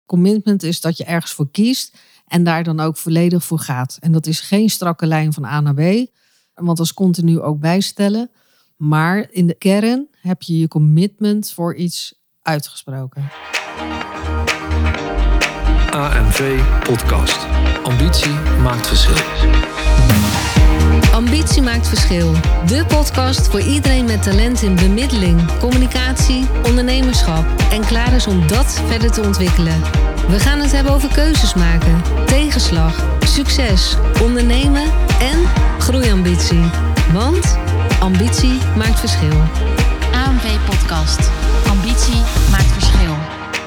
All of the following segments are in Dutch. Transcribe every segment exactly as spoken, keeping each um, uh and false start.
Commitment is dat je ergens voor kiest en daar dan ook volledig voor gaat. En dat is geen strakke lijn van A naar B, want dat is continu ook bijstellen. Maar in de kern heb je je commitment voor iets uitgesproken. A M V Podcast. Ambitie maakt verschil. Ambitie maakt verschil. De podcast voor iedereen met talent in bemiddeling, communicatie, ondernemerschap en klaar is om dat verder te ontwikkelen. We gaan het hebben over keuzes maken, tegenslag, succes, ondernemen en groeiambitie. Want ambitie maakt verschil. A M V Podcast. Ambitie maakt verschil.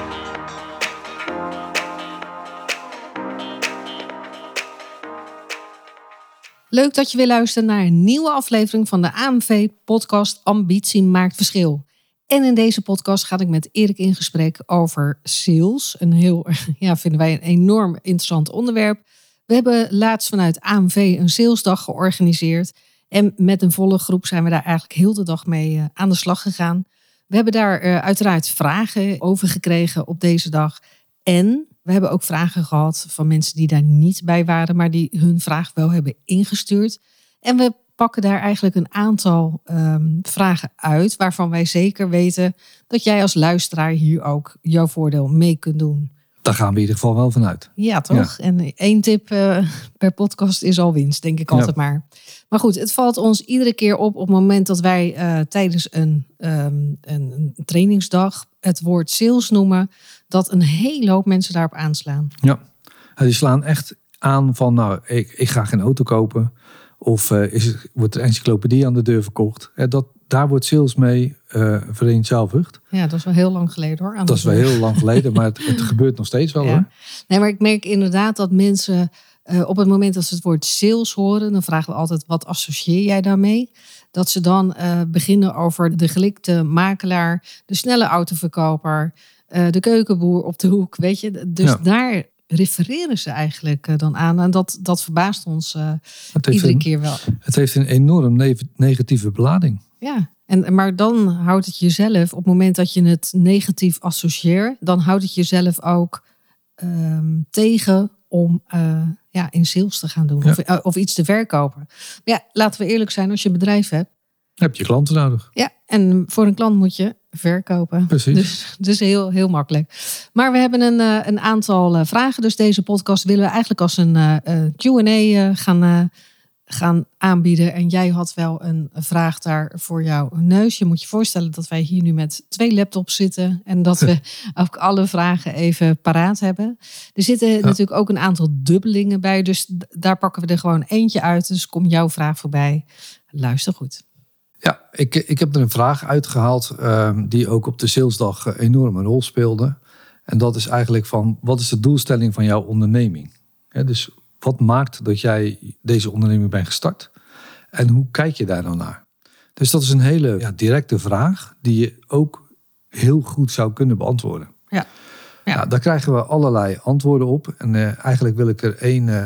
Leuk dat je weer luistert naar een nieuwe aflevering van de A M V Podcast Ambitie maakt verschil. En in deze podcast ga ik met Erik in gesprek over sales. Een heel, ja, vinden wij een enorm interessant onderwerp. We hebben laatst vanuit A M V een salesdag georganiseerd. En met een volle groep zijn we daar eigenlijk heel de dag mee uh, aan de slag gegaan. We hebben daar uh, uiteraard vragen over gekregen op deze dag. En we hebben ook vragen gehad van mensen die daar niet bij waren, maar die hun vraag wel hebben ingestuurd. En we pakken daar eigenlijk een aantal um, vragen uit, waarvan wij zeker weten dat jij als luisteraar hier ook jouw voordeel mee kunt doen. Daar gaan we in ieder geval wel vanuit. Ja, toch? Ja. En één tip uh, per podcast is al winst, denk ik altijd ja. maar. Maar goed, het valt ons iedere keer op op het moment dat wij uh, tijdens een, um, een, een trainingsdag het woord sales noemen, dat een hele hoop mensen daarop aanslaan. Ja, die slaan echt aan van, nou, ik, ik ga geen auto kopen. Of uh, is het, wordt er encyclopedie aan de deur verkocht. Ja, dat, daar wordt sales mee uh, vereenzelvigd. Ja, dat is wel heel lang geleden hoor. Dat is wel heel lang geleden, maar het, het gebeurt nog steeds wel. Ja. Hoor. Nee, maar ik merk inderdaad dat mensen uh, op het moment dat ze het woord sales horen, dan vragen we altijd, wat associeer jij daarmee? Dat ze dan uh, beginnen over de gelikte makelaar, de snelle autoverkoper, uh, de keukenboer op de hoek, weet je. Dus ja. daar refereren ze eigenlijk uh, dan aan. En dat, dat verbaast ons uh, iedere een, keer wel. Het heeft een enorm ne- negatieve belading. Ja, en, maar dan houdt het jezelf, op het moment dat je het negatief associeert, dan houdt het jezelf ook um, tegen om uh, ja, in sales te gaan doen. Ja. Of, uh, of iets te verkopen. Maar ja, laten we eerlijk zijn, als je een bedrijf hebt, heb je klanten nodig. Ja, en voor een klant moet je verkopen. Precies. Dus, dus heel, heel makkelijk. Maar we hebben een, uh, een aantal uh, vragen. Dus deze podcast willen we eigenlijk als een uh, Q en A uh, gaan, uh, gaan aanbieden. En jij had wel een vraag daar voor jouw neus. Je moet je voorstellen dat wij hier nu met twee laptops zitten. En dat we ook alle vragen even paraat hebben. Er zitten ja. natuurlijk ook een aantal dubbelingen bij. Dus daar pakken we er gewoon eentje uit. Dus kom jouw vraag voorbij. Luister goed. Ja, ik, ik heb er een vraag uitgehaald uh, die ook op de salesdag enorm een rol speelde. En dat is eigenlijk van, wat is de doelstelling van jouw onderneming? Ja, dus wat maakt dat jij deze onderneming bent gestart? En hoe kijk je daar dan naar? Dus dat is een hele ja, directe vraag die je ook heel goed zou kunnen beantwoorden. Ja. Ja. Nou, daar krijgen we allerlei antwoorden op. En uh, eigenlijk wil ik er één uh,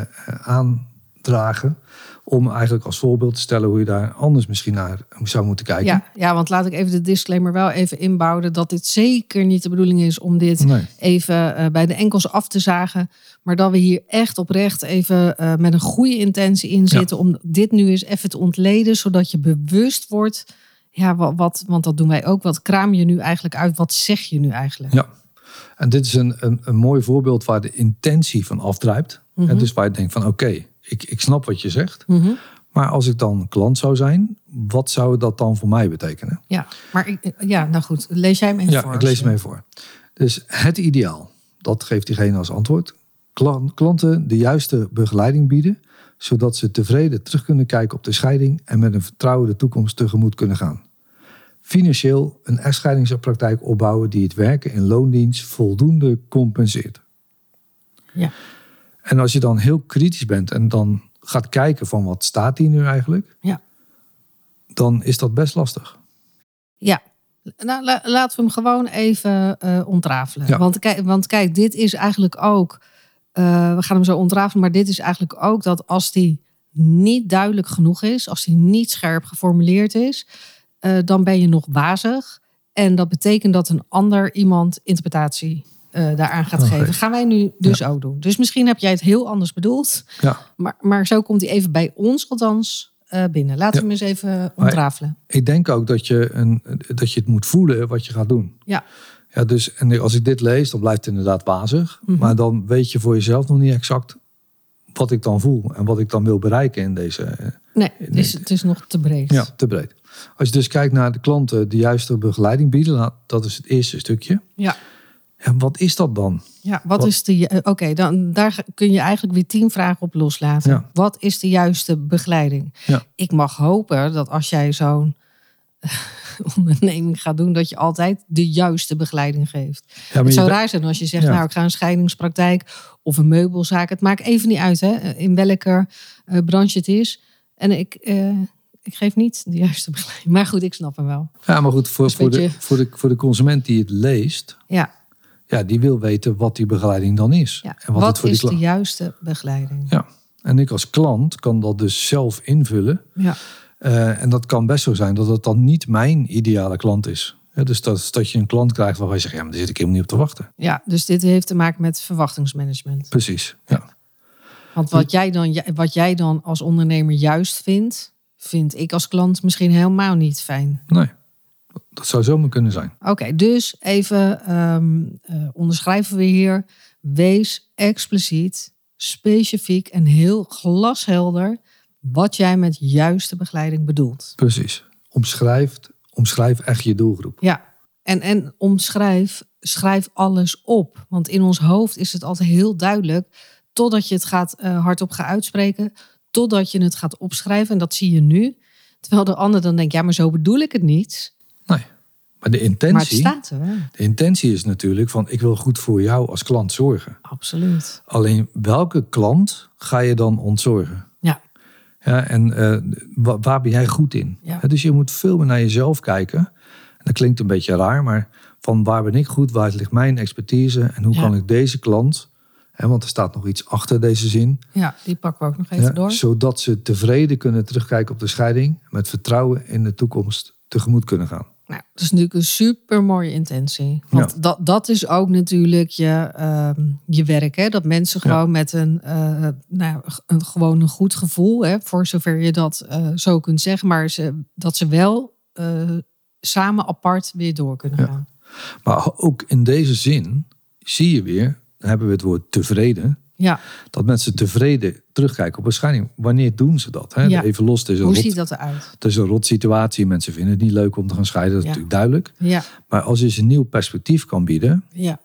aandragen om eigenlijk als voorbeeld te stellen hoe je daar anders misschien naar zou moeten kijken. Ja, ja, want laat ik even de disclaimer wel even inbouwen dat dit zeker niet de bedoeling is om dit nee. even uh, bij de enkels af te zagen. Maar dat we hier echt oprecht even uh, met een goede intentie in zitten. Ja. Om dit nu eens even te ontleden, zodat je bewust wordt. Ja, wat, wat, want dat doen wij ook. Wat kraam je nu eigenlijk uit? Wat zeg je nu eigenlijk? Ja, en dit is een, een, een mooi voorbeeld waar de intentie van afdruipt. Mm-hmm. En dus waar je denkt van oké, okay, Ik, ik snap wat je zegt. Mm-hmm. Maar als ik dan klant zou zijn, wat zou dat dan voor mij betekenen? Ja, maar ik, ja, nou goed, lees jij hem even ja, voor. Ja, ik lees hem even voor. Dus het ideaal, dat geeft diegene als antwoord. Klanten de juiste begeleiding bieden, zodat ze tevreden terug kunnen kijken op de scheiding en met een vertrouwen de toekomst tegemoet kunnen gaan. Financieel een echtscheidingspraktijk opbouwen die het werken in loondienst voldoende compenseert. Ja. En als je dan heel kritisch bent en dan gaat kijken van wat staat hier nu eigenlijk, ja. dan is dat best lastig. Ja, nou, la, laten we hem gewoon even uh, ontrafelen. Ja. Want, kijk, want kijk, dit is eigenlijk ook, uh, we gaan hem zo ontrafelen, maar dit is eigenlijk ook dat als die niet duidelijk genoeg is, als die niet scherp geformuleerd is, uh, dan ben je nog wazig. En dat betekent dat een ander iemand interpretatie uh, daaraan gaat Okay. geven. Gaan wij nu dus ja. ook doen. Dus misschien heb jij het heel anders bedoeld. Ja. Maar, maar zo komt hij even bij ons althans uh, binnen. Laten we Ja. hem eens even ontrafelen. Maar ik denk ook dat je, een, dat je het moet voelen wat je gaat doen. Ja. Ja, dus en als ik dit lees, dan blijft het inderdaad wazig. Mm-hmm. Maar dan weet je voor jezelf nog niet exact wat ik dan voel. En wat ik dan wil bereiken in deze... Nee, het is, het is nog te breed. Ja, te breed. Als je dus kijkt naar de klanten de juiste begeleiding bieden. Dat is het eerste stukje. Ja. En wat is dat dan? Ja, wat, Wat- is de... ju- Oké, okay, dan daar kun je eigenlijk weer tien vragen op loslaten. Ja. Wat is de juiste begeleiding? Ja. Ik mag hopen dat als jij zo'n onderneming gaat doen, dat je altijd de juiste begeleiding geeft. Ja, maar Het zou je- raar zijn als je zegt, Ja. nou, ik ga een scheidingspraktijk of een meubelzaak. Het maakt even niet uit, hè, in welke uh, branche het is. En ik, uh, ik geef niet de juiste begeleiding. Maar goed, ik snap hem wel. Ja, maar goed, voor, Dus voor, weet de, je- voor, de, voor de consument die het leest, Ja, ja, die wil weten wat die begeleiding dan is. ja. En Wat, wat, het voor is die de klant. juiste begeleiding? Ja. En ik als klant kan dat dus zelf invullen. Ja. Uh, en dat kan best zo zijn dat het dan niet mijn ideale klant is. Ja, dus dat, dat je een klant krijgt waarvan je zegt, ja, maar daar zit ik helemaal niet op te wachten. Ja, dus dit heeft te maken met verwachtingsmanagement. Precies, ja. Want wat jij dan, wat jij dan als ondernemer juist vindt, vind ik als klant misschien helemaal niet fijn. Nee, dat zou zomaar kunnen zijn. Oké, okay, dus even um, uh, onderschrijven we hier. Wees expliciet, specifiek en heel glashelder wat jij met juiste begeleiding bedoelt. Precies. Omschrijf, omschrijf echt je doelgroep. Ja, en, en omschrijf, schrijf alles op. Want in ons hoofd is het altijd heel duidelijk, totdat je het gaat, uh, hardop gaat uitspreken, totdat je het gaat opschrijven. En dat zie je nu. Terwijl de ander dan denkt, ja, maar zo bedoel ik het niet. Nee, maar de intentie, maar het staat er wel. De intentie is natuurlijk van, ik wil goed voor jou als klant zorgen. Absoluut. Alleen, welke klant ga je dan ontzorgen? Ja. Ja, en uh, waar, waar ben jij goed in? Ja. Ja, dus je moet veel meer naar jezelf kijken. En dat klinkt een beetje raar, maar van waar ben ik goed? Waar ligt mijn expertise? En hoe ja. kan ik deze klant... Hè, want er staat nog iets achter deze zin. Ja, die pakken we ook nog even ja, door. Zodat ze tevreden kunnen terugkijken op de scheiding. Met vertrouwen in de toekomst tegemoet kunnen gaan. Nou, dat is natuurlijk een super mooie intentie. Want Ja. dat, dat is ook natuurlijk je, uh, je werk. Hè? Dat mensen gewoon Ja. met een, uh, nou, een, gewoon een goed gevoel, hè? Voor zover je dat uh, zo kunt zeggen. Maar ze, dat ze wel uh, samen apart weer door kunnen Ja. gaan. Maar ook in deze zin zie je weer, dan hebben we het woord tevreden. Ja, Dat mensen tevreden terugkijken op een scheiding. Wanneer doen ze dat? Hè? Ja. Even los, het is een hoe rot, ziet dat eruit? het is een rot situatie. Mensen vinden het niet leuk om te gaan scheiden. Dat is Ja. natuurlijk duidelijk. Ja, Maar als je ze een nieuw perspectief kan bieden, ja,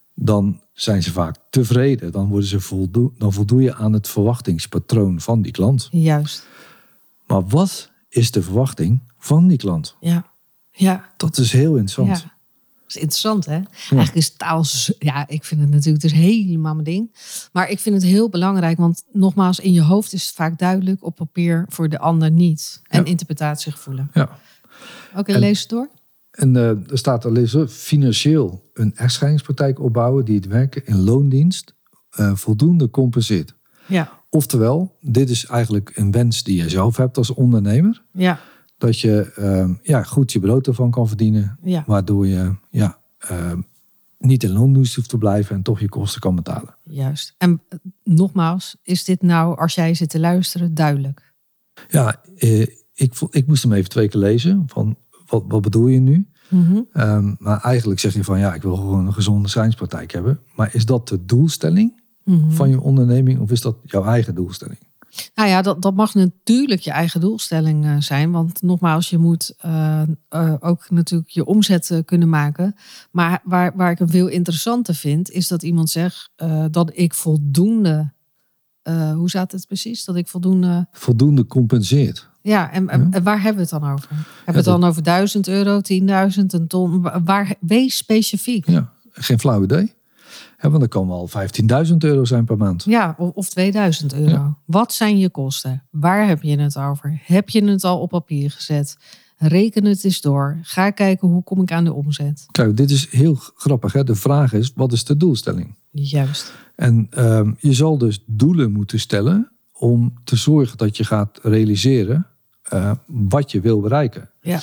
dan zijn ze vaak tevreden. Dan, worden ze voldoe, dan voldoe je aan het verwachtingspatroon van die klant. juist. Maar wat is de verwachting van die klant? Ja, ja. Dat is heel interessant. Ja. Dat is interessant, hè? Eigenlijk is taal... zo- Ja, ik vind het natuurlijk dus helemaal mijn ding. Maar ik vind het heel belangrijk. Want nogmaals, in je hoofd is het vaak duidelijk. Op papier voor de ander niet. En Ja. interpretatiegevoelen. Ja. Oké, okay, En- lees het door. En uh, er staat er lezen, financieel een echtscheidingspraktijk opbouwen die het werken in loondienst uh, voldoende compenseert. Ja, Oftewel, dit is eigenlijk een wens die je zelf hebt als ondernemer. ja, Dat je uh, ja, goed je brood ervan kan verdienen. ja. Waardoor je ja, uh, niet in loondienst hoeft te blijven en toch je kosten kan betalen. Juist. En uh, nogmaals, is dit nou, als jij zit te luisteren, duidelijk? Ja, uh, ik, ik moest hem even twee keer lezen. Van, wat, wat bedoel je nu? Mm-hmm. Um, maar eigenlijk zeg je van ja, ik wil gewoon een gezonde scheidingspraktijk hebben. Maar is dat de doelstelling Mm-hmm. van je onderneming of is dat jouw eigen doelstelling? Nou ja, dat, dat mag natuurlijk je eigen doelstelling uh, zijn. Want nogmaals, je moet uh, uh, ook natuurlijk je omzet uh, kunnen maken. Maar waar, waar ik hem veel interessanter vind, is dat iemand zegt uh, dat ik voldoende... Uh, hoe staat het precies? Dat ik voldoende... Voldoende compenseert. Ja, en, en Ja. waar hebben we het dan over? Hebben we Ja, het dan dat- over duizend euro, tienduizend, een ton? Waar, waar, wees specifiek. Ja, geen flauw idee. Ja, want dan kan wel vijftienduizend euro zijn per maand. Ja, of, of tweeduizend euro. Ja. Wat zijn je kosten? Waar heb je het over? Heb je het al op papier gezet? Reken het eens door. Ga kijken hoe kom ik aan de omzet. Kijk, dit is heel grappig. Hè? De vraag is, wat is de doelstelling? Juist. En um, je zal dus doelen moeten stellen om te zorgen dat je gaat realiseren uh, wat je wil bereiken. Ja.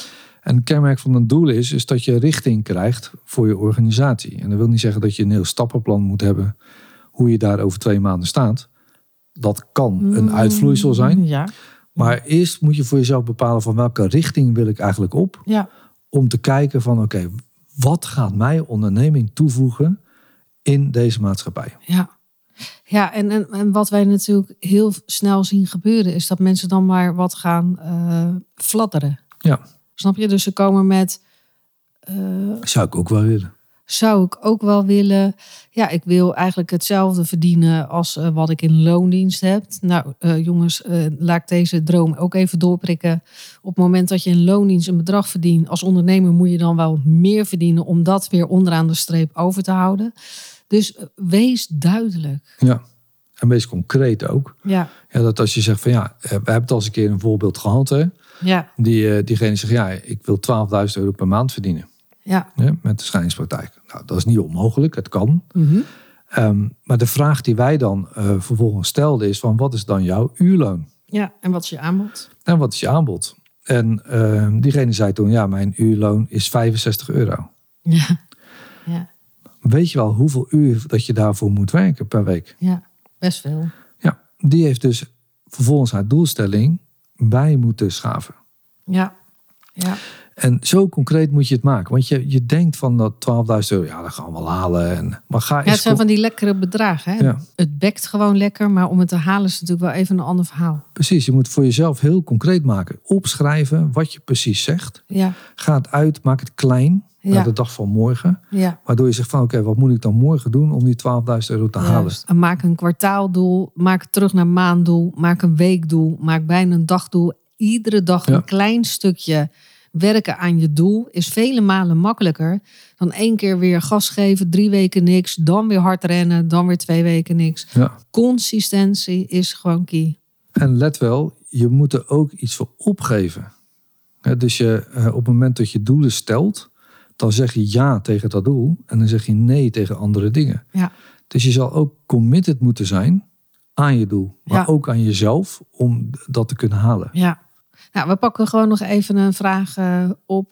En het kenmerk van een doel is, is dat je richting krijgt voor je organisatie. En dat wil niet zeggen dat je een heel stappenplan moet hebben hoe je daar over twee maanden staat. Dat kan een uitvloeisel zijn. Ja. Maar eerst moet je voor jezelf bepalen van welke richting wil ik eigenlijk op. Ja. Om te kijken van oké, okay, wat gaat mijn onderneming toevoegen in deze maatschappij? Ja. Ja, en, en, en wat wij natuurlijk heel snel zien gebeuren is dat mensen dan maar wat gaan uh, fladderen. Ja. Snap je? Dus ze komen met... Uh, Zou ik ook wel willen. Zou ik ook wel willen. Ja, ik wil eigenlijk hetzelfde verdienen als uh, wat ik in loondienst heb. Nou uh, jongens, uh, laat ik deze droom ook even doorprikken. Op het moment dat je in loondienst een bedrag verdient, als ondernemer moet je dan wel meer verdienen om dat weer onderaan de streep over te houden. Dus uh, wees duidelijk. Ja, en wees concreet ook. Ja. Ja, dat als je zegt van ja, we hebben het al eens een keer een voorbeeld gehad. Hè? Ja. Die, uh, diegene zegt ja, ik wil twaalfduizend euro per maand verdienen. Ja. Ja, met de scheidingspraktijk. Nou, dat is niet onmogelijk, het kan. Mm-hmm. Um, maar de vraag die wij dan uh, vervolgens stelden is van wat is dan jouw uurloon? Ja, en wat is je aanbod? En wat is je aanbod? En uh, diegene zei toen, ja, mijn uurloon is vijfenzestig euro. Ja. Ja. Weet je wel hoeveel uur dat je daarvoor moet werken per week? Ja, best veel. Ja, die heeft dus vervolgens haar doelstelling bij moeten schaven. Ja, ja. En zo concreet moet je het maken. Want je, je denkt van dat twaalfduizend euro, ja, dat gaan we wel halen. En, maar ga eens ja, het zijn van die lekkere bedragen. Hè? Ja. Het bekt gewoon lekker, maar om het te halen is het natuurlijk wel even een ander verhaal. Precies, je moet voor jezelf heel concreet maken. Opschrijven wat je precies zegt. Ja. Ga het uit, maak het klein Ja. naar de dag van morgen. Ja. Waardoor je zegt van oké, okay, wat moet ik dan morgen doen om die twaalfduizend euro te halen? Juist. En maak een kwartaaldoel, maak het terug naar maanddoel, maak een weekdoel, maak bijna een dagdoel. Iedere dag Ja. een klein stukje werken aan je doel is vele malen makkelijker dan één keer weer gas geven, drie weken niks, dan weer hard rennen, dan weer twee weken niks. Ja. Consistentie is gewoon key. En let wel, je moet er ook iets voor opgeven. He, dus je, uh, op het moment dat je doelen stelt, dan zeg je ja tegen dat doel en dan zeg je nee tegen andere dingen. Ja. Dus je zal ook committed moeten zijn aan je doel, maar Ja. ook aan jezelf om dat te kunnen halen. Ja. Nou, we pakken gewoon nog even een vraag uh, op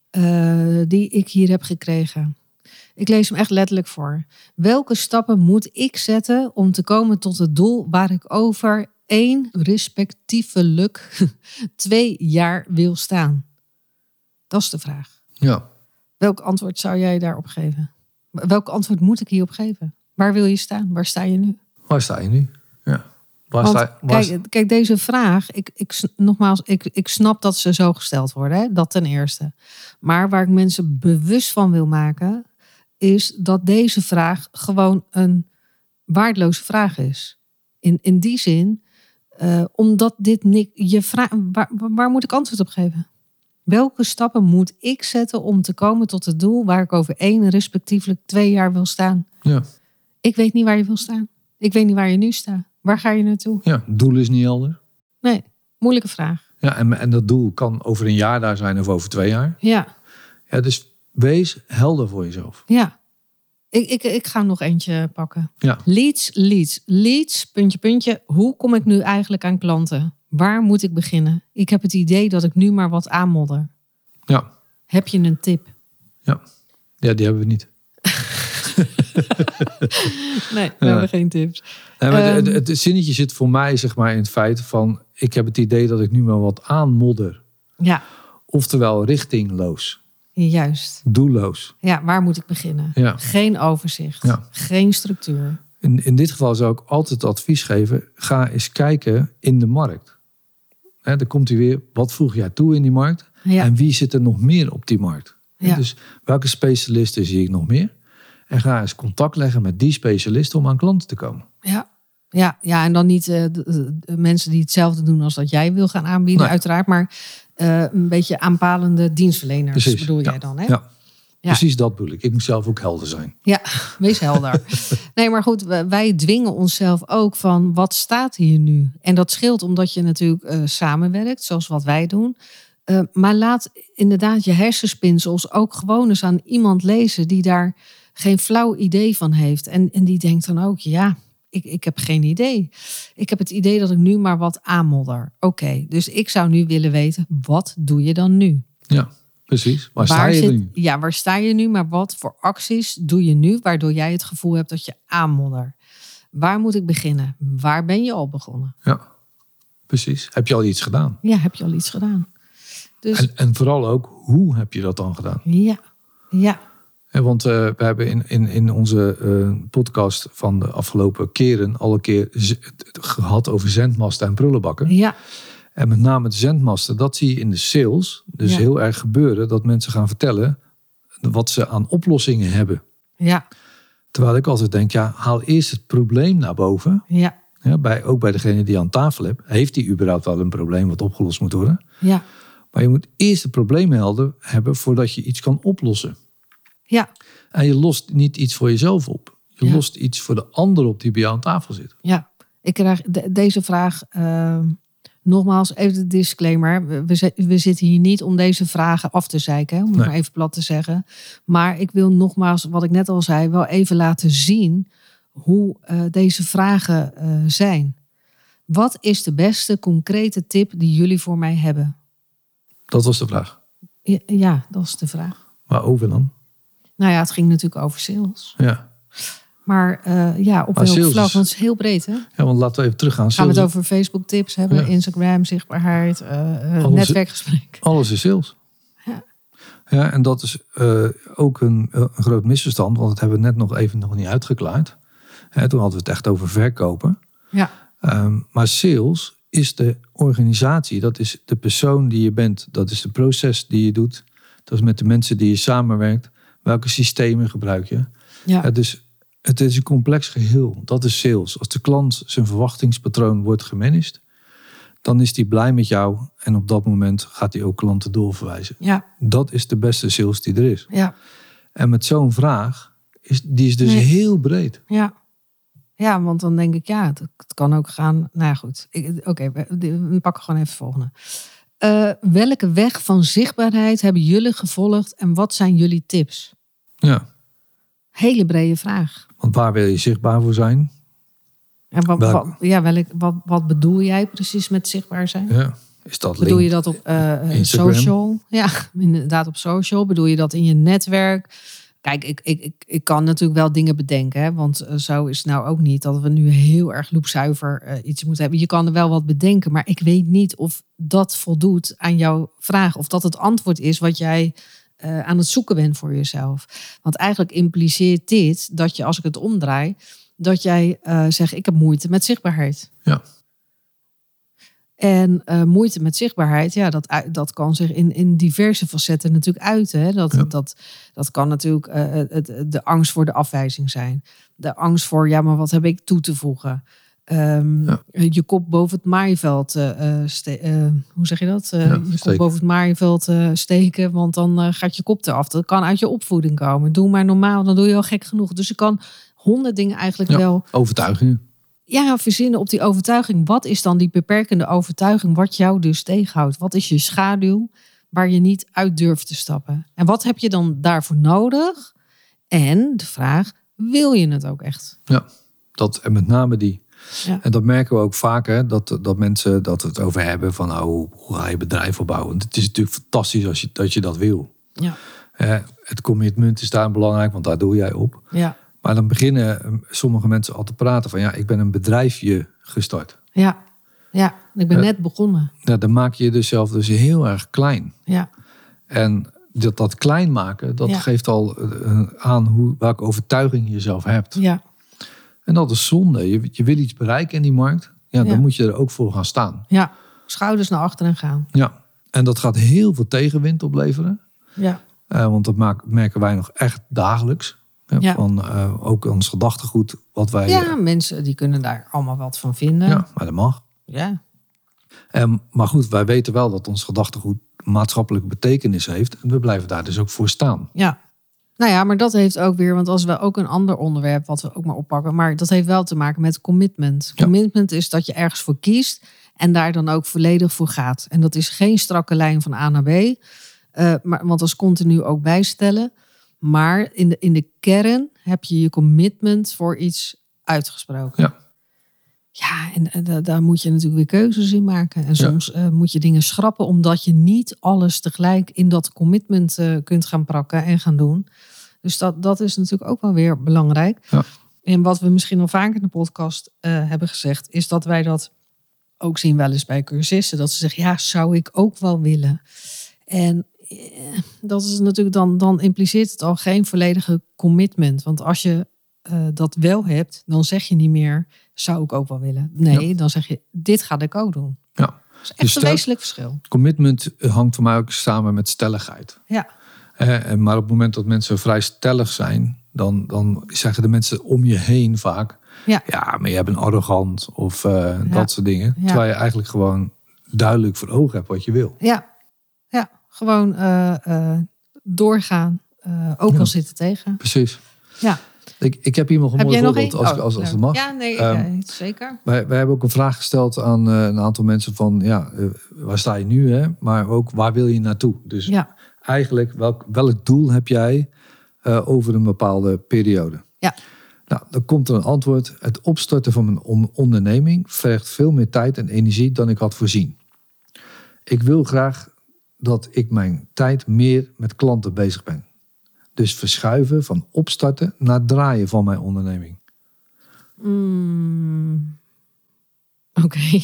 uh, die ik hier heb gekregen. Ik lees hem echt letterlijk voor. Welke stappen moet ik zetten om te komen tot het doel waar ik over één, respectievelijk twee jaar wil staan? Dat is de vraag. Ja. Welk antwoord zou jij daarop geven? Welk antwoord moet ik hierop geven? Waar wil je staan? Waar sta je nu? Waar sta je nu? Ja. Waar Want, sta, waar kijk, kijk, deze vraag, ik, ik, nogmaals, ik, ik snap dat ze zo gesteld worden. Hè? Dat ten eerste. Maar waar ik mensen bewust van wil maken, is dat deze vraag gewoon een waardeloze vraag is. In, in die zin, uh, omdat dit niet, je vraag, waar, waar moet ik antwoord op geven? Welke stappen moet ik zetten om te komen tot het doel waar ik over één, respectievelijk twee jaar wil staan? Ja. Ik weet niet waar je wil staan. Ik weet niet waar je nu staat. Waar ga je naartoe? Ja, het doel is niet helder. Nee, moeilijke vraag. Ja, en, en dat doel kan over een jaar daar zijn of over twee jaar. Ja, Ja, dus wees helder voor jezelf. ja. Ik, ik, ik ga nog eentje pakken. Ja. Leads, leads, leads, puntje, puntje. Hoe kom ik nu eigenlijk aan klanten? Waar moet ik beginnen? Ik heb het idee dat ik nu maar wat aanmodder. Ja. Heb je een tip? Ja, ja die hebben we niet. Nee, we Ja. hebben geen tips. Nee, maar het, Ehm. het, het zinnetje zit voor mij zeg maar in het feit van... ik heb het idee dat ik nu maar wat aanmodder. Ja, Oftewel richtingloos, juist. doelloos. Ja, waar moet ik beginnen? Ja. Geen overzicht. Ja. Geen structuur. In, in dit geval zou ik altijd advies geven... ga eens kijken in de markt. Hè, dan komt hij weer, wat voeg jij toe in die markt? Ja. En wie zit er nog meer op die markt? Ja. Dus welke specialisten zie ik nog meer? En ga eens contact leggen met die specialisten om aan klanten te komen. Ja. Ja, ja, en dan niet uh, de, de, de mensen die hetzelfde doen als dat jij wil gaan aanbieden, Nee. uiteraard. Maar uh, een beetje aanpalende dienstverleners Precies, bedoel ja. jij dan, hè? Ja. Precies dat bedoel ik. Ik moet zelf ook helder zijn. Ja, wees helder. Nee, maar goed, wij dwingen onszelf ook van wat staat hier nu? En dat scheelt omdat je natuurlijk uh, samenwerkt, zoals wat wij doen. Uh, maar laat inderdaad je hersenspinsels ook gewoon eens aan iemand lezen die daar geen flauw idee van heeft. En, en die denkt dan ook, ja, ik, ik heb geen idee. Ik heb het idee dat ik nu maar wat aanmodder. Oké, okay, dus ik zou nu willen weten, wat doe je dan nu? Ja. Precies. Waar, sta je zit, nu? Ja, waar sta je nu? Maar wat voor acties doe je nu waardoor jij het gevoel hebt dat je aanmoddert? Waar moet ik beginnen? Waar ben je al begonnen? Ja, precies. Heb je al iets gedaan? Ja, heb je al iets gedaan? Dus En, en vooral ook, hoe heb je dat dan gedaan? ja, ja, En want uh, we hebben in, in, in onze uh, podcast van de afgelopen keren al een keer z- gehad over zendmasten en prullenbakken. ja, En met name de zendmasten, dat zie je in de sales. Dus Ja. heel erg gebeuren dat mensen gaan vertellen wat ze aan oplossingen hebben. ja, Terwijl ik altijd denk, ja, haal eerst het probleem naar boven. ja, Ja, bij, ook bij degene die aan tafel hebt. Heeft die überhaupt wel een probleem wat opgelost moet worden? ja, Maar je moet eerst het probleem helder hebben voordat je iets kan oplossen. ja, En je lost niet iets voor jezelf op. Je Ja. lost iets voor de ander op die bij jou aan tafel zit. ja. Ik krijg de- deze vraag, uh, nogmaals even de disclaimer. We, we, zi- we zitten hier niet om deze vragen af te zeiken, hè, om het Nee. maar even plat te zeggen. Maar ik wil nogmaals, wat ik net al zei, wel even laten zien hoe uh, deze vragen uh, zijn. Wat is de beste concrete tip die jullie voor mij hebben? Dat was de vraag. Ja, ja, dat is de vraag. Waarover dan? Nou ja, het ging natuurlijk over sales. Ja, Maar uh, ja, op Maar welk sales vlak? is- Want het is heel breed, hè? ja want laten we even teruggaan. Gaan we het Sales- over Facebook tips hebben, Ja. Instagram, zichtbaarheid, uh, uh, Alles- netwerkgesprek. Alles is sales. Ja. Ja, en dat is uh, ook een, een groot misverstand. Want dat hebben we net nog even nog niet uitgeklaard. Hè, toen hadden we het echt over verkopen. Ja, Um, maar sales is de organisatie. Dat is de persoon die je bent. Dat is de proces die je doet. Dat is met de mensen die je samenwerkt. Welke systemen gebruik je? ja, Ja, dus het is een complex geheel. Dat is sales. Als de klant zijn verwachtingspatroon wordt gemanaged, dan is hij blij met jou. En op dat moment gaat hij ook klanten doorverwijzen. ja, Dat is de beste sales die er is. ja, En met zo'n vraag, is, die is dus Nee. heel breed. ja. Ja, want dan denk ik, ja, het, het kan ook gaan. Nou ja, goed. Ik- Oké, we, we pakken gewoon even de volgende. Uh, welke weg van zichtbaarheid hebben jullie gevolgd en wat zijn jullie tips? Ja, Hele brede vraag. want waar wil je zichtbaar voor zijn? En wat, Welk- wat, ja, welk, wat, wat bedoel jij precies met zichtbaar zijn? Ja, is dat Bedoel je link? dat op uh, Instagram? social? Ja, inderdaad op social. Bedoel je dat in je netwerk? Kijk, ik, ik, ik, ik kan natuurlijk wel dingen bedenken. Hè? Want uh, zo is het nou ook niet dat we nu heel erg loepzuiver uh, iets moeten hebben. Je kan er wel wat bedenken, maar ik weet niet of dat voldoet aan jouw vraag. Of dat het antwoord is wat jij uh, aan het zoeken bent voor jezelf. Want eigenlijk impliceert dit dat je, als ik het omdraai, dat jij uh, zegt, ik heb moeite met zichtbaarheid. Ja. En uh, moeite met zichtbaarheid, ja, dat, dat kan zich in, in diverse facetten natuurlijk uiten. Hè? Dat, Ja. dat, dat kan natuurlijk uh, het, de angst voor de afwijzing zijn. De angst voor, ja, maar wat heb ik toe te voegen? Um, Ja. Je kop boven het maaiveld, uh, ste- uh, hoe zeg je dat? Uh, Ja, je kop steken. boven het maaiveld uh, steken, want dan uh, gaat je kop eraf. Dat kan uit je opvoeding komen. Doe maar normaal, dan doe je al gek genoeg. Dus je kan honderd dingen eigenlijk Ja. wel... Overtuigingen. Ja, verzinnen op die overtuiging. Wat is dan die beperkende overtuiging wat jou dus tegenhoudt? Wat is je schaduw waar je niet uit durft te stappen? En wat heb je dan daarvoor nodig? En de vraag, wil je het ook echt? Ja, dat, en met name die. Ja. En dat merken we ook vaak, hè, dat, dat mensen dat het over hebben van oh, hoe ga je bedrijf opbouwen. Het is natuurlijk fantastisch als je, dat je dat wil. Ja, Eh, het commitment is daar belangrijk, want daar doe jij op. ja, Maar dan beginnen eh, sommige mensen al te praten van ja, ik ben een bedrijfje gestart. ja. Ja, ik ben Ja. net begonnen. Ja, dan maak je jezelf dus heel erg klein. Ja, En dat, dat klein maken, dat Ja. geeft al eh, aan hoe, welke overtuiging je zelf hebt. ja, En dat is zonde. Je, je wil iets bereiken in die markt. Ja, dan Ja. moet je er ook voor gaan staan. ja. Schouders naar achteren gaan. Ja. En dat gaat heel veel tegenwind opleveren. Ja, Uh, want dat maak, merken wij nog echt dagelijks. Hè, Ja. Van uh, ook ons gedachtegoed. Wat wij, ja, mensen die kunnen daar allemaal wat van vinden. ja, maar dat mag. Ja, Um, maar goed, wij weten wel dat ons gedachtegoed maatschappelijke betekenis heeft. En we blijven daar dus ook voor staan. ja. Nou ja, maar dat heeft ook weer, want als we ook een ander onderwerp wat we ook maar oppakken, maar dat heeft wel te maken met commitment. Ja. Commitment is dat je ergens voor kiest en daar dan ook volledig voor gaat. En dat is geen strakke lijn van A naar B, uh, maar, want dat is continu ook bijstellen. Maar in de, in de kern heb je je commitment voor iets uitgesproken. Ja. Ja, en, en da- daar moet je natuurlijk weer keuzes in maken. En soms ja. uh, moet je dingen schrappen, omdat je niet alles tegelijk in dat commitment uh, kunt gaan prakken en gaan doen. Dus dat, dat is natuurlijk ook wel weer belangrijk. Ja. En wat we misschien al vaker in de podcast uh, hebben gezegd, is dat wij dat ook zien wel eens bij cursisten. Dat ze zeggen, ja, zou ik ook wel willen. En uh, dat is natuurlijk dan, dan impliceert het al geen volledige commitment. Want als je uh, dat wel hebt, dan zeg je niet meer, zou ik ook wel willen. Nee, ja. Dan zeg je, dit ga ik ook doen. Ja. Dat is echt dus een wezenlijk verschil. Commitment hangt voor mij ook samen met stelligheid. Ja. Uh, maar op het moment dat mensen vrij stellig zijn, dan, dan zeggen de mensen om je heen vaak, ja, ja maar je bent arrogant of uh, ja. dat soort dingen. Ja. Terwijl je eigenlijk gewoon duidelijk voor ogen hebt wat je wil. Ja, ja. Gewoon uh, uh, doorgaan, uh, ook ja. al zitten tegen. Precies. Ja. Ik, ik heb hier nog een heb mooi voorbeeld, nog als, oh, als, als, als ja. het mag. Ja, nee, um, ja, zeker. Wij, wij hebben ook een vraag gesteld aan uh, een aantal mensen van, ja, uh, waar sta je nu, hè? Maar ook, waar wil je naartoe? Dus ja. eigenlijk, welk, welk doel heb jij uh, over een bepaalde periode? Ja. Nou, dan komt er een antwoord. Het opstarten van mijn onderneming vergt veel meer tijd en energie dan ik had voorzien. Ik wil graag dat ik mijn tijd meer met klanten bezig ben. Dus verschuiven van opstarten naar draaien van mijn onderneming. Mm. Oké. Okay.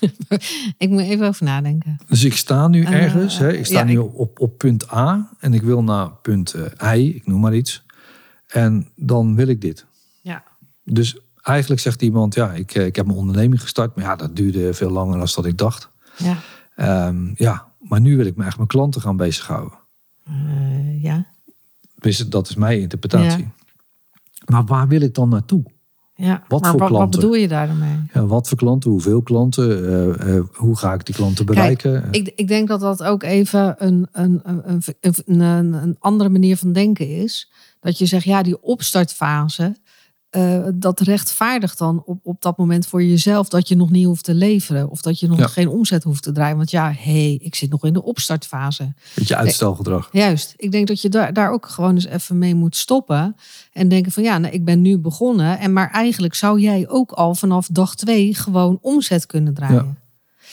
Ik moet even over nadenken. Dus ik sta nu ergens. Uh, hè, ik sta ja, nu ik... op, op punt A. En ik wil naar punt uh, I. Ik noem maar iets. En dan wil ik dit. Ja. Dus eigenlijk zegt iemand, ja, ik, ik heb mijn onderneming gestart. Maar ja, dat duurde veel langer dan dat ik dacht. Ja. Um, ja, maar nu wil ik me echt mijn klanten gaan bezighouden. Uh, ja. Dus dat is mijn interpretatie. Ja. Maar waar wil ik dan naartoe? Ja, wat maar voor wat, klanten? Wat bedoel je daarmee? Ja, wat voor klanten? Hoeveel klanten? Uh, uh, hoe ga ik die klanten bereiken? Kijk, ik, ik denk dat dat ook even een, een, een, een, een, een andere manier van denken is. Dat je zegt, ja, die opstartfase, uh, dat rechtvaardigt dan op, op dat moment voor jezelf dat je nog niet hoeft te leveren. Of dat je nog ja. geen omzet hoeft te draaien. Want ja, hé, hey, ik zit nog in de opstartfase. Beetje uitstelgedrag. Juist. Ik denk dat je daar, daar ook gewoon eens even mee moet stoppen. En denken van ja, nou, ik ben nu begonnen. En maar eigenlijk zou jij ook al vanaf dag twee gewoon omzet kunnen draaien. Ja.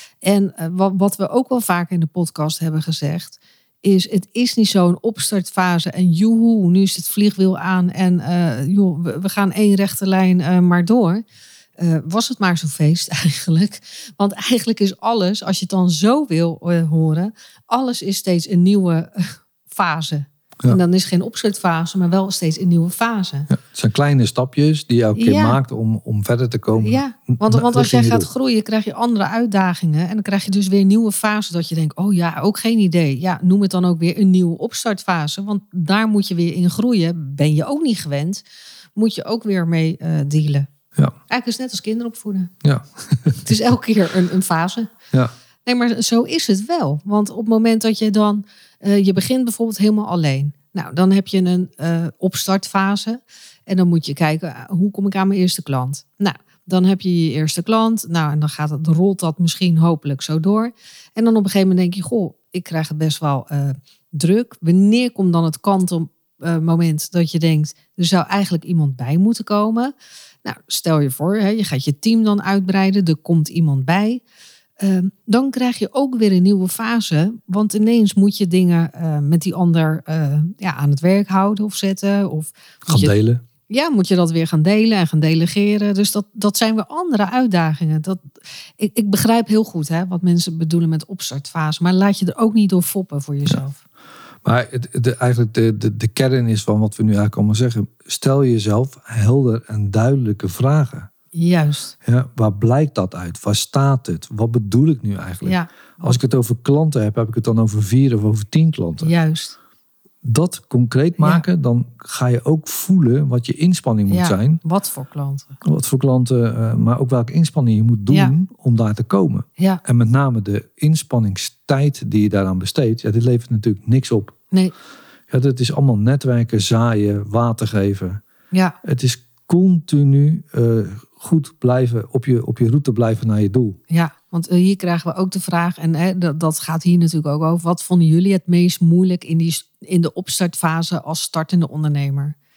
En uh, wat, wat we ook wel vaak in de podcast hebben gezegd, is het is niet zo'n opstartfase en joehoe, nu is het vliegwiel aan en uh, joh, we, we gaan één rechte lijn uh, maar door. Uh, was het maar zo'n feest eigenlijk. Want eigenlijk is alles, als je het dan zo wil uh, horen, alles is steeds een nieuwe uh, fase. Ja. En dan is geen opstartfase, maar wel steeds een nieuwe fase. Ja, het zijn kleine stapjes die je elke keer ja. maakt om, om verder te komen. Ja, want, want als jij gaat groeien, krijg je andere uitdagingen. En dan krijg je dus weer nieuwe fases. Dat je denkt, oh ja, ook geen idee. Ja, noem het dan ook weer een nieuwe opstartfase. Want daar moet je weer in groeien. Ben je ook niet gewend. Moet je ook weer mee uh, dealen. Ja. Eigenlijk is het net als kinderen opvoeden. Ja. Het is elke keer een, een fase. Ja. Nee, maar zo is het wel. Want op het moment dat je dan... Uh, je begint bijvoorbeeld helemaal alleen. Nou, dan heb je een uh, opstartfase. En dan moet je kijken, uh, hoe kom ik aan mijn eerste klant? Nou, dan heb je je eerste klant. Nou, en dan gaat het, rolt dat misschien hopelijk zo door. En dan op een gegeven moment denk je, goh, ik krijg het best wel uh, druk. Wanneer komt dan het kantelmoment uh, moment dat je denkt, er zou eigenlijk iemand bij moeten komen? Nou, stel je voor, hè, je gaat je team dan uitbreiden. Er komt iemand bij. Uh, dan krijg je ook weer een nieuwe fase. Want ineens moet je dingen uh, met die ander uh, ja, aan het werk houden of zetten. Of gaan je, delen. Ja, moet je dat weer gaan delen en gaan delegeren. Dus dat, dat zijn weer andere uitdagingen. Dat, ik, ik begrijp heel goed hè, wat mensen bedoelen met opstartfase. Maar laat je er ook niet door foppen voor jezelf. Ja. Maar het, de, eigenlijk de, de, de kern is van wat we nu eigenlijk allemaal zeggen. Stel jezelf helder en duidelijke vragen. Juist. Ja, waar blijkt dat uit? Waar staat het? Wat bedoel ik nu eigenlijk? Ja. Als ik het over klanten heb, heb ik het dan over vier of over tien klanten. Juist. Dat concreet maken, ja. Dan ga je ook voelen wat je inspanning moet ja. zijn. Wat voor klanten? Wat voor klanten, maar ook welke inspanning je moet doen ja. om daar te komen. Ja. En met name de inspanningstijd die je daaraan besteedt, ja, dit levert natuurlijk niks op. Nee. Ja, dat is allemaal netwerken, zaaien, water geven. Ja. Het is continu uh, goed blijven, op je, op je route blijven naar je doel. Ja, want hier krijgen we ook de vraag, en hè, dat, dat gaat hier natuurlijk ook over. Wat vonden jullie het meest moeilijk in, die, in de opstartfase als startende ondernemer?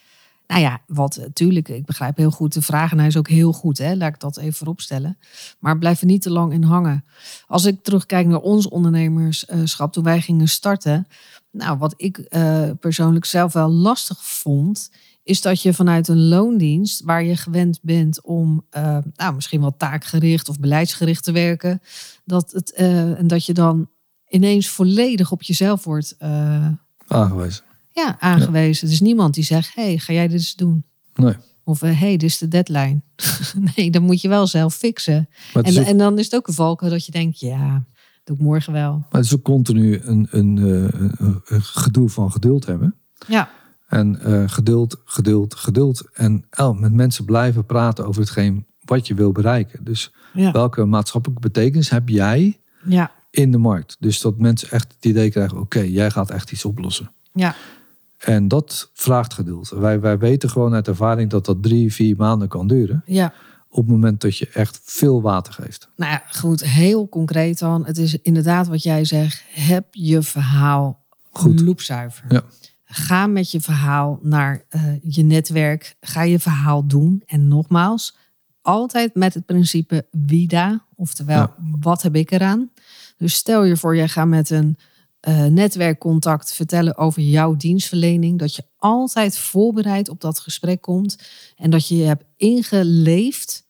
Nou ja, wat natuurlijk, ik begrijp heel goed de vraag en hij is ook heel goed, hè? Laat ik dat even vooropstellen. Maar blijf er niet te lang in hangen. Als ik terugkijk naar ons ondernemerschap toen wij gingen starten. Nou, wat ik uh, persoonlijk zelf wel lastig vond, is dat je vanuit een loondienst waar je gewend bent om uh, nou, misschien wel taakgericht of beleidsgericht te werken, dat, het, uh, en dat je dan ineens volledig op jezelf wordt uh, aangewezen. Ja, aangewezen. Ja. Er is niemand die zegt, hey, ga jij dit eens doen? Nee. Of, hé, hey, dit is de deadline. Nee, dat moet je wel zelf fixen. En, ook... en dan is het ook een valkuil dat je denkt, ja, doe ik morgen wel. Maar het is ook continu een, een, een, een gedoe van geduld hebben. Ja. En uh, geduld, geduld, geduld. En oh, met mensen blijven praten over hetgeen wat je wil bereiken. Dus ja. welke maatschappelijke betekenis heb jij ja. in de markt? Dus dat mensen echt het idee krijgen, oké, okay, jij gaat echt iets oplossen. Ja. En dat vraagt geduld. Wij, wij weten gewoon uit ervaring dat dat drie, vier maanden kan duren. Ja. Op het moment dat je echt veel water geeft. Nou ja, goed, heel concreet dan. Het is inderdaad wat jij zegt. Heb je verhaal goed loepzuiver. Ja. Ga met je verhaal naar uh, je netwerk. Ga je verhaal doen. En nogmaals, altijd met het principe WIDA. Oftewel, ja. wat heb ik eraan? Dus stel je voor, jij gaat met een uh, netwerkcontact vertellen over jouw dienstverlening. Dat je altijd voorbereid op dat gesprek komt. En dat je je hebt ingeleefd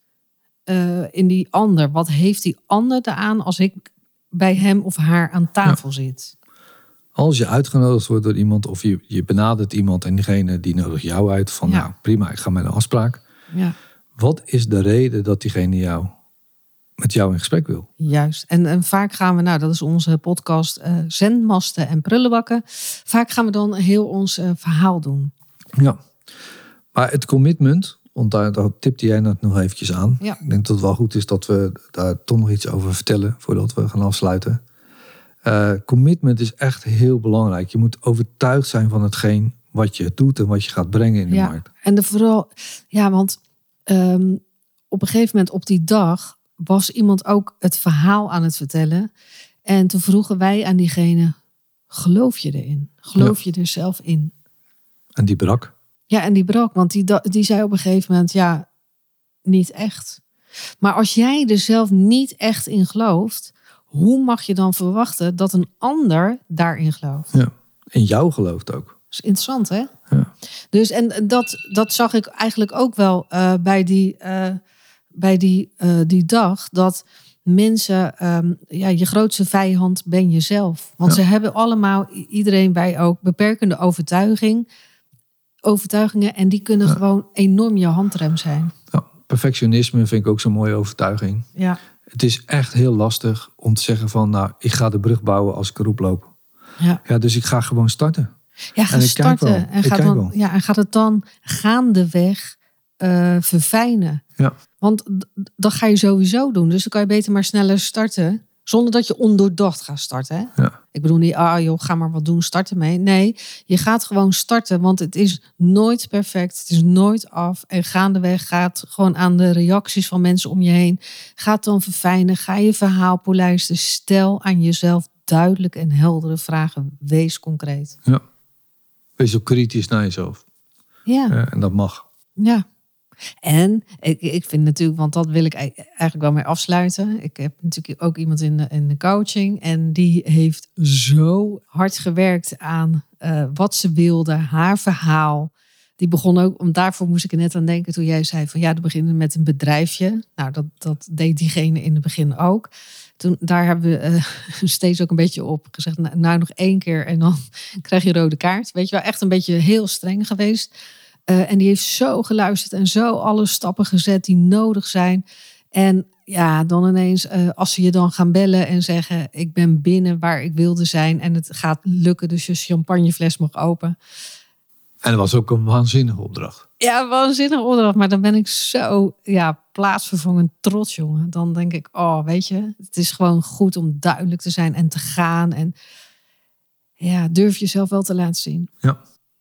uh, in die ander. Wat heeft die ander eraan als ik bij hem of haar aan tafel ja. zit? Als je uitgenodigd wordt door iemand of je, je benadert iemand en diegene die nodigt jou uit van ja. nou prima, ik ga met een afspraak. Ja. Wat is de reden dat diegene jou met jou in gesprek wil? Juist. En, en vaak gaan we, nou dat is onze podcast uh, Zendmasten en Prullenbakken. Vaak gaan we dan heel ons uh, verhaal doen. Ja, maar het commitment, want daar, daar tipte jij net nog eventjes aan. Ja. Ik denk dat het wel goed is dat we daar toch nog iets over vertellen voordat we gaan afsluiten. Uh, commitment is echt heel belangrijk. Je moet overtuigd zijn van hetgeen wat je doet en wat je gaat brengen in de ja, markt. En de vooral, ja, want um, op een gegeven moment op die dag was iemand ook het verhaal aan het vertellen. En toen vroegen wij aan diegene, geloof je erin? Geloof ja. je er zelf in? En die brak? Ja, en die brak, want die, die zei op een gegeven moment, ja, niet echt. Maar als jij er zelf niet echt in gelooft, hoe mag je dan verwachten dat een ander daarin gelooft? Ja, in jou gelooft ook. Dat is interessant, hè? Ja. Dus en dat, dat zag ik eigenlijk ook wel uh, bij, die, uh, bij die, uh, die dag. Dat mensen, um, ja, je grootste vijand ben jezelf. Want ja. ze hebben allemaal, iedereen bij ook, beperkende overtuiging, overtuigingen. En die kunnen ja. gewoon enorm je handrem zijn. Ja, perfectionisme vind ik ook zo'n mooie overtuiging. Ja. Het is echt heel lastig om te zeggen van, nou, ik ga de brug bouwen als ik erop loop. Ja. Ja, dus ik ga gewoon starten. Ja, ga starten. En gaat, dan, ja, en gaat het dan gaandeweg uh, verfijnen. Ja. Want d- dat ga je sowieso doen. Dus dan kan je beter maar sneller starten. Zonder dat je ondoordacht gaat starten. Hè? Ja. Ik bedoel niet, ah joh, ga maar wat doen, start ermee. Nee, je gaat gewoon starten. Want het is nooit perfect. Het is nooit af. En gaandeweg gaat gewoon aan de reacties van mensen om je heen. Gaat dan verfijnen. Ga je verhaal polijsten. Stel aan jezelf duidelijk en heldere vragen. Wees concreet. Ja. Wees ook kritisch naar jezelf. Ja. Ja, en dat mag. Ja. En ik, ik vind natuurlijk, want dat wil ik eigenlijk wel mee afsluiten. Ik heb natuurlijk ook iemand in de, in de coaching. En die heeft zo hard gewerkt aan uh, wat ze wilde. Haar verhaal. Die begon ook, want daarvoor moest ik er net aan denken toen jij zei van ja, dat beginnen met een bedrijfje. Nou, dat, dat deed diegene in het begin ook. Toen, daar hebben we uh, steeds ook een beetje op gezegd, nou, nou nog één keer en dan krijg je rode kaart. Weet je wel, echt een beetje heel streng geweest. Uh, en die heeft zo geluisterd en zo alle stappen gezet die nodig zijn. En ja, dan ineens, uh, als ze je dan gaan bellen en zeggen, ik ben binnen waar ik wilde zijn en het gaat lukken, dus je champagnefles mag open. En dat was ook een waanzinnige opdracht. Ja, waanzinnige opdracht. Maar dan ben ik zo ja, plaatsvervangend trots, jongen. Dan denk ik, oh, weet je, het is gewoon goed om duidelijk te zijn en te gaan. En ja, durf jezelf wel te laten zien. Ja.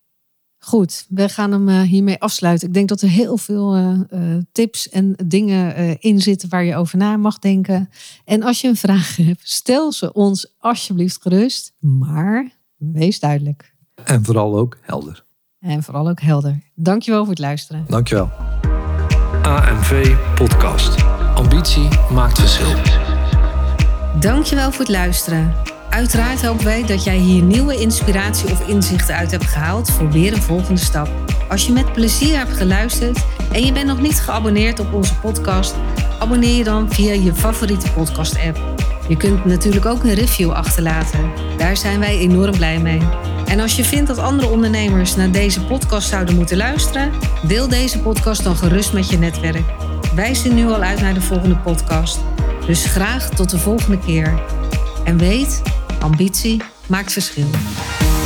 Goed, we gaan hem uh, hiermee afsluiten. Ik denk dat er heel veel uh, uh, tips en dingen uh, in zitten waar je over na mag denken. En als je een vraag hebt, stel ze ons alsjeblieft gerust. Maar wees duidelijk. En vooral ook helder. En vooral ook helder. Dankjewel voor het luisteren. Dankjewel. A M V Podcast. Ambitie maakt verschil. Dankjewel voor het luisteren. Uiteraard hopen wij dat jij hier nieuwe inspiratie of inzichten uit hebt gehaald voor weer een volgende stap. Als je met plezier hebt geluisterd en je bent nog niet geabonneerd op onze podcast, abonneer je dan via je favoriete podcast-app. Je kunt natuurlijk ook een review achterlaten. Daar zijn wij enorm blij mee. En als je vindt dat andere ondernemers naar deze podcast zouden moeten luisteren, deel deze podcast dan gerust met je netwerk. Wij zien nu al uit naar de volgende podcast. Dus graag tot de volgende keer. En weet, ambitie maakt verschil.